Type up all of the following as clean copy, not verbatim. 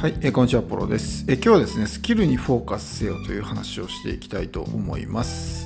はい、こんにちは、ポロです。今日はですね、スキルにフォーカスせよという話をしていきたいと思います。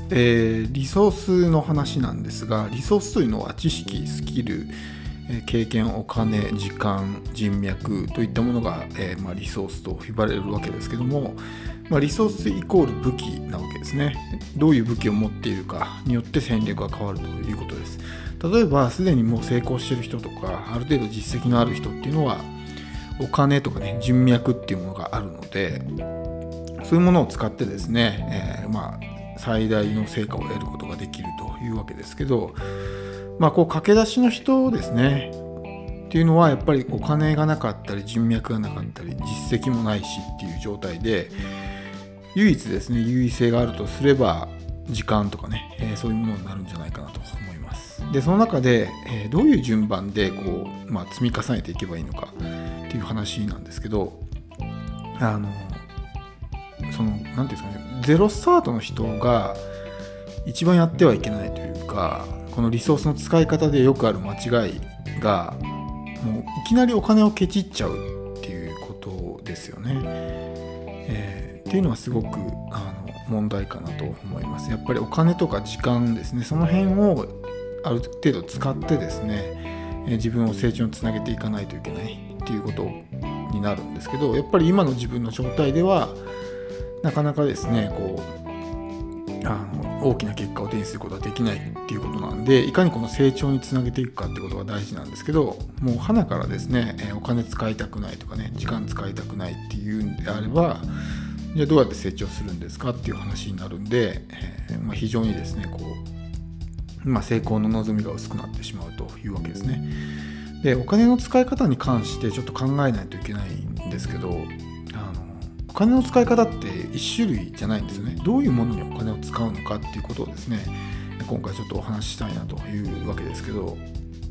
リソースの話なんですが、リソースというのは知識、スキル、経験、お金、時間、人脈といったものが、リソースと呼ばれるわけですけども、リソースイコール武器なわけですね。どういう武器を持っているかによって戦略が変わるということです。例えば、すでにもう成功している人とか、ある程度実績のある人っていうのは、お金とかね、人脈っていうものがあるので、そういうものを使ってですね、最大の成果を得ることができるというわけですけど、こう駆け出しの人ですねっていうのはやっぱりお金がなかったり人脈がなかったり実績もないしっていう状態で、唯一ですね優位性があるとすれば時間とかね、そういうものになるんじゃないかなと思います。でその中で、どういう順番でこう、積み重ねていけばいいのかっていう話なんですけど、なんていうんですかね、ゼロスタートの人が一番やってはいけないというか、このリソースの使い方でよくある間違いが、もういきなりお金をケチっちゃうっていうことですよね。っていうのはすごく問題かなと思います。やっぱりお金とか時間ですね、その辺をある程度使ってですね、自分を成長につなげていかないといけないっていうことになるんですけど、やっぱり今の自分の状態ではなかなかですね大きな結果を手にすることはできないっていうことなんで、いかにこの成長につなげていくかってことが大事なんですけど、もう花からですね、お金使いたくないとかね、時間使いたくないっていうんであれば、じゃあどうやって成長するんですかっていう話になるんで、非常にですね成功の望みが薄くなってしまうというわけですね。でお金の使い方に関してちょっと考えないといけないんですけど、お金の使い方って一種類じゃないんですよね。どういうものにお金を使うのかっていうことをですね、今回ちょっとお話ししたいなというわけですけど、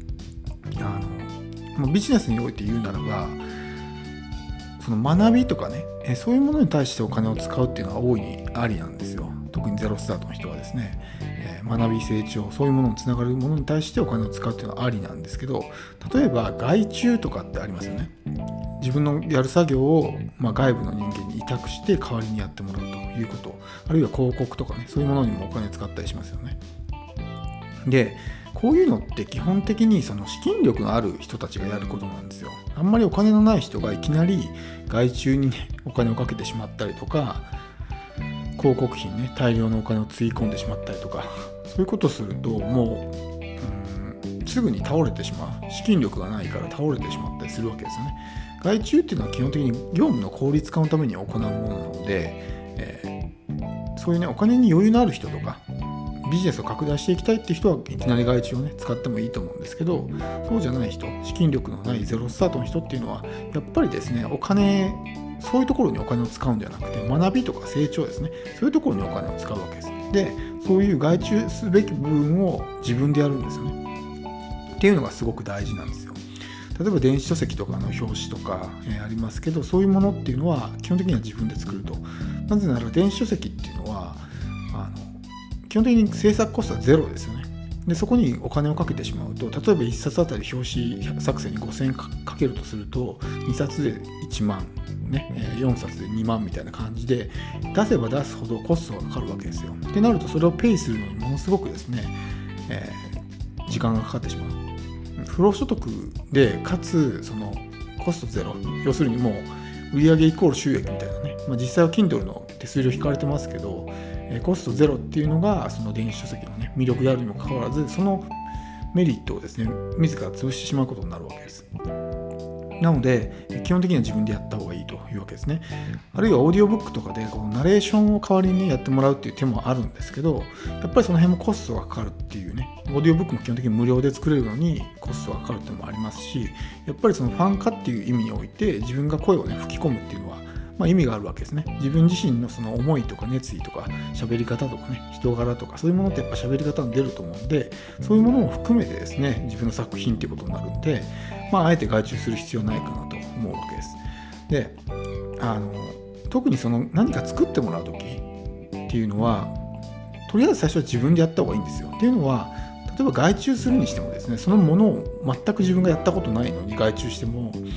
ビジネスにおいて言うならば、その学びとかね、そういうものに対してお金を使うっていうのは大いにありなんですよ。特にゼロスタートの人はですね、学び成長、そういうものにつながるものに対してお金を使うっていうのはありなんですけど、例えば外注とかってありますよね。自分のやる作業を、外部の人間に委託して代わりにやってもらうということ、あるいは広告とかね、そういうものにもお金使ったりしますよね。でこういうのって基本的にその資金力のある人たちがやることなんですよ。あんまりお金のない人がいきなり外注にねお金をかけてしまったりとか、広告費にね大量のお金をつぎ込んでしまったりとか、そういうことをするともうすぐに倒れてしまう。資金力がないから倒れてしまったりするわけですよね。外注っていうのは基本的に業務の効率化のために行うものなので、そういうねお金に余裕のある人とかビジネスを拡大していきたいっていう人はいきなり外注をね使ってもいいと思うんですけど、そうじゃない人、資金力のないゼロスタートの人っていうのはやっぱりですねそういうところにお金を使うんじゃなくて、学びとか成長ですね、そういうところにお金を使うわけです。でそういう外注すべき部分を自分でやるんですよねっていうのがすごく大事なんですよ。例えば電子書籍とかの表紙とか、ありますけど、そういうものっていうのは基本的には自分で作ると。なぜなら電子書籍っていうのは基本的に制作コストはゼロですよね。でそこにお金をかけてしまうと、例えば1冊あたり表紙作成に5000円 かけるとすると、2冊で1万、4冊で2万みたいな感じで出せば出すほどコストがかかるわけですよ。ってなるとそれをペイするのにものすごくですね、時間がかかってしまう。不労所得でかつそのコストゼロ、要するにもう売上イコール収益みたいなね、実際は Kindle の手数料引かれてますけど、コストゼロっていうのがその電子書籍のね魅力であるにもかかわらず、そのメリットをですね自ら潰してしまうことになるわけです。なので基本的には自分でやった方がいいというわけですね。あるいはオーディオブックとかでこのナレーションを代わりにやってもらうっていう手もあるんですけど、やっぱりその辺もコストがかかるっていうね、オーディオブックも基本的に無料で作れるのにコストがかかるっていうのもありますし、やっぱりそのファン化っていう意味において自分が声をね吹き込むっていうのは意味があるわけですね。自分自身のその思いとか熱意とか喋り方とかね、人柄とかそういうものってやっぱ喋り方に出ると思うんで、そういうものも含めてですね自分の作品っていうことになるんで、あえて外注する必要ないかなと思うわけです。で特にその何か作ってもらう時っていうのは、とりあえず最初は自分でやった方がいいんですよ。っていうのは、例えば外注するにしてもですね、そのものを全く自分がやったことないのに外注しても、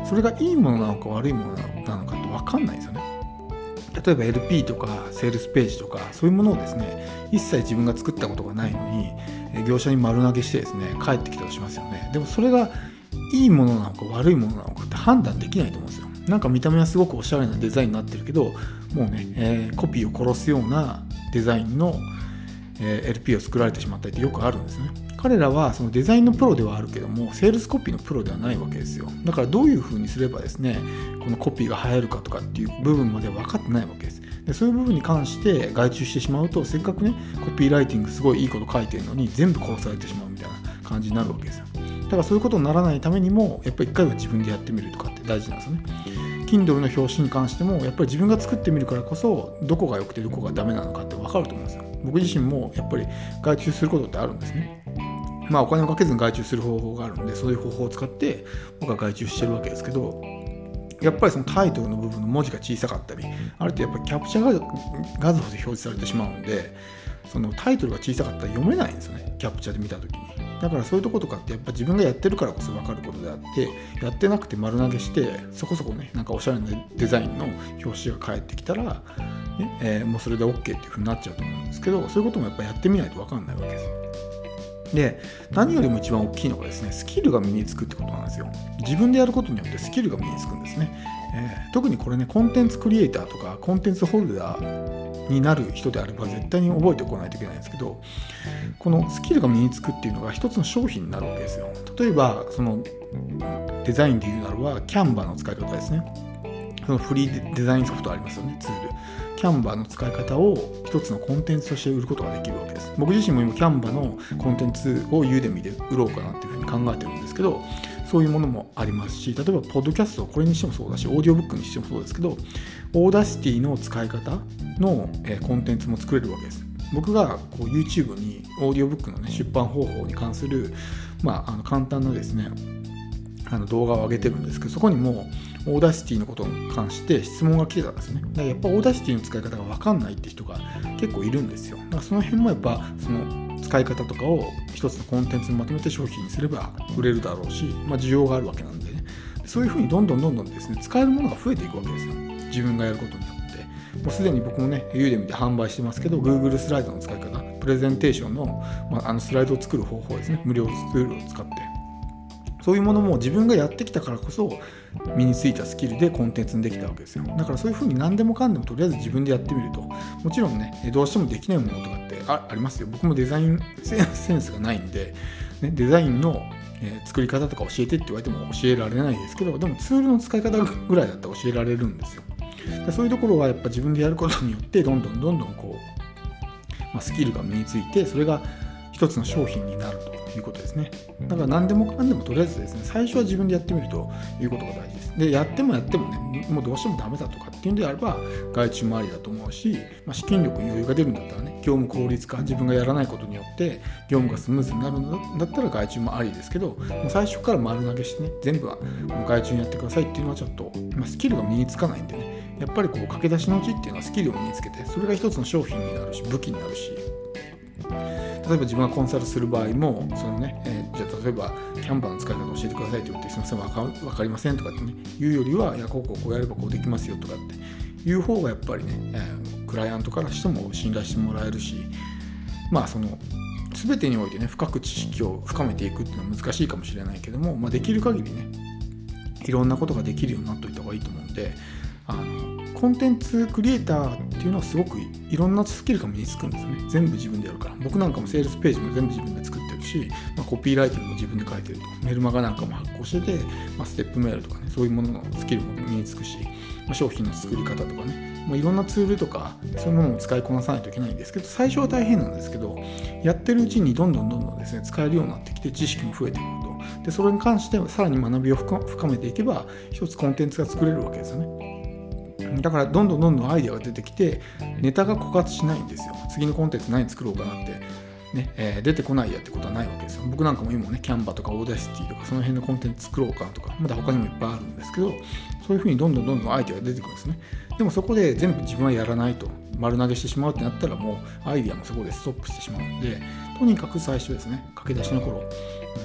それがいいものなのか悪いものなのかって分かんないんですよね。例えば LP とかセールスページとかそういうものをですね、一切自分が作ったことがないのに業者に丸投げしてですね、帰ってきたとしますよね。でもそれがいいものなのか悪いものなのかって判断できないと思うんですよ。なんか見た目はすごくおしゃれなデザインになってるけど、もうね、コピーを殺すようなデザインの、LP を作られてしまったりってよくあるんですね。彼らはそのデザインのプロではあるけども、セールスコピーのプロではないわけですよ。だからどういう風にすればですね、このコピーが流行るかとかっていう部分までは分かってないわけです。でそういう部分に関して外注してしまうと、せっかくねコピーライティングすごいいいこと書いてるのに全部殺されてしまうみたいな感じになるわけですよ。だからそういうことにならないためにも、やっぱり一回は自分でやってみるとかって大事なんですよね。Kindle の表紙に関してもやっぱり自分が作ってみるからこそ、どこが良くてどこがダメなのかって分かると思うんですよ。僕自身もやっぱり外注することってあるんですね。お金をかけずに外注する方法があるので、そういう方法を使って僕は外注してるわけですけど、やっぱりそのタイトルの部分の文字が小さかったり、ある程度やっぱりキャプチャー画像で表示されてしまうので、そのタイトルが小さかったら読めないんですよね、キャプチャーで見たときに。だからそういうとことかってやっぱ自分がやってるからこそ分かることであって、やってなくて丸投げしてそこそこね、なんかおしゃれなデザインの表紙が返ってきたら、もうそれで OK っていう風になっちゃうと思うんですけど、そういうこともやっぱやってみないと分かんないわけです。で、何よりも一番大きいのがですね、スキルが身につくってことなんですよ。自分でやることによってスキルが身につくんですね。特にこれね、コンテンツクリエイターとかコンテンツホルダーになる人であれば絶対に覚えておかないといけないんですけど、このスキルが身につくっていうのが一つの商品になるわけですよ。例えばそのデザインで言うならばキャンバの使い方ですね。そのフリーデザインソフトありますよね、ツール。キャンバーの使い方を一つのコンテンツとして売ることができるわけです。僕自身も今キャンバーのコンテンツをユーデミで売ろうかなっていうふうに考えてるんですけど、そういうものもありますし、例えばポッドキャスト、これにしてもそうだし、オーディオブックにしてもそうですけど、オーダーシティの使い方のコンテンツも作れるわけです。僕がこう YouTube にオーディオブックの、ね、出版方法に関する、簡単なですね動画を上げてるんですけど、そこにもオーダーシティのことに関して質問が来てたんですね。だからやっぱオーダーシティの使い方が分かんないって人が結構いるんですよ。だからその辺もやっぱその使い方とかを一つのコンテンツにまとめて商品にすれば売れるだろうし、需要があるわけなんでね。そういうふうにどんどんですね、使えるものが増えていくわけですよ。自分がやることによって。もうすでに僕もね、ユーデミで販売してますけど、Google スライドの使い方、プレゼンテーションの、スライドを作る方法ですね、無料ツールを使って。そういうものも自分がやってきたからこそ身についたスキルでコンテンツにできたわけですよ。だからそういうふうに何でもかんでもとりあえず自分でやってみると、もちろんね、どうしてもできないものとかってありますよ。僕もデザインセンスがないんで、ね、デザインの作り方とか教えてって言われても教えられないですけど、でもツールの使い方ぐらいだったら教えられるんですよ。そういうところはやっぱ自分でやることによってどんどんこう、スキルが身について、それが一つの商品になるということですね。だから何でもかんでもとりあえずですね、最初は自分でやってみるということが大事です。で、やってもね、もうどうしてもダメだとかっていうんであれば外注もありだと思うし、資金力に余裕が出るんだったらね、業務効率化、自分がやらないことによって業務がスムーズになるんだったら外注もありですけど、もう最初から丸投げしてね、全部はもう外注にやってくださいっていうのはちょっと、スキルが身につかないんでね、やっぱりこう駆け出しのうちっていうのはスキルを身につけて、それが一つの商品になるし、武器になるし、例えば自分がコンサルする場合も、そのね、じゃあ例えばキャンバーの使い方を教えてくださいって言って、すみません、わかりませんとかってね、言うよりは、いや、こうやればこうできますよとかっていう方がやっぱりね、クライアントからしても信頼してもらえるし、その全てにおいてね、深く知識を深めていくっていうのは難しいかもしれないけども、できる限りね、いろんなことができるようになっておいた方がいいと思うんで、コンテンツクリエイターっていうのはすごくいろんなスキルが身につくんですよね。全部自分でやるから。僕なんかもセールスページも全部自分で作ってるし、コピーライティングも自分で書いてると。メルマガなんかも発行してて、ステップメールとかね、そういうもののスキルも身につくし、商品の作り方とかね、いろんなツールとかそういうものを使いこなさないといけないんですけど、最初は大変なんですけど、やってるうちにどんどんですね、使えるようになってきて、知識も増えてくると。で、それに関してさらに学びを深めていけば、一つコンテンツが作れるわけですよね。だからどんどんアイデアが出てきて、ネタが枯渇しないんですよ。次のコンテンツ何作ろうかなってね、出てこないやってことはないわけですよ。僕なんかも今ね、キャンバとかオーダーシティとかその辺のコンテンツ作ろうかなとか、まだ他にもいっぱいあるんですけど、そういうふうにどんどんアイデアが出てくるんですね。でもそこで全部自分はやらないと、丸投げしてしまうってなったら、もうアイデアもそこでストップしてしまうので、とにかく最初ですね、駆け出しの頃、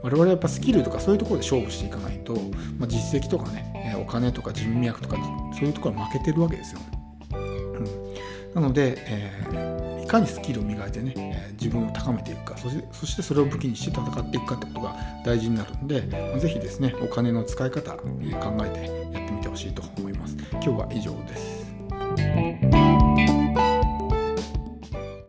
我々はやっぱスキルとかそういうところで勝負していかないと、実績とかね、お金とか人脈とかそういうところは負けてるわけですよ。なので、いかにスキルを磨いてね、自分を高めていくか、そしてそれを武器にして戦っていくかってことが大事になるので、ぜひですね、お金の使い方、考えてやってみてほしいと思います。今日は以上です。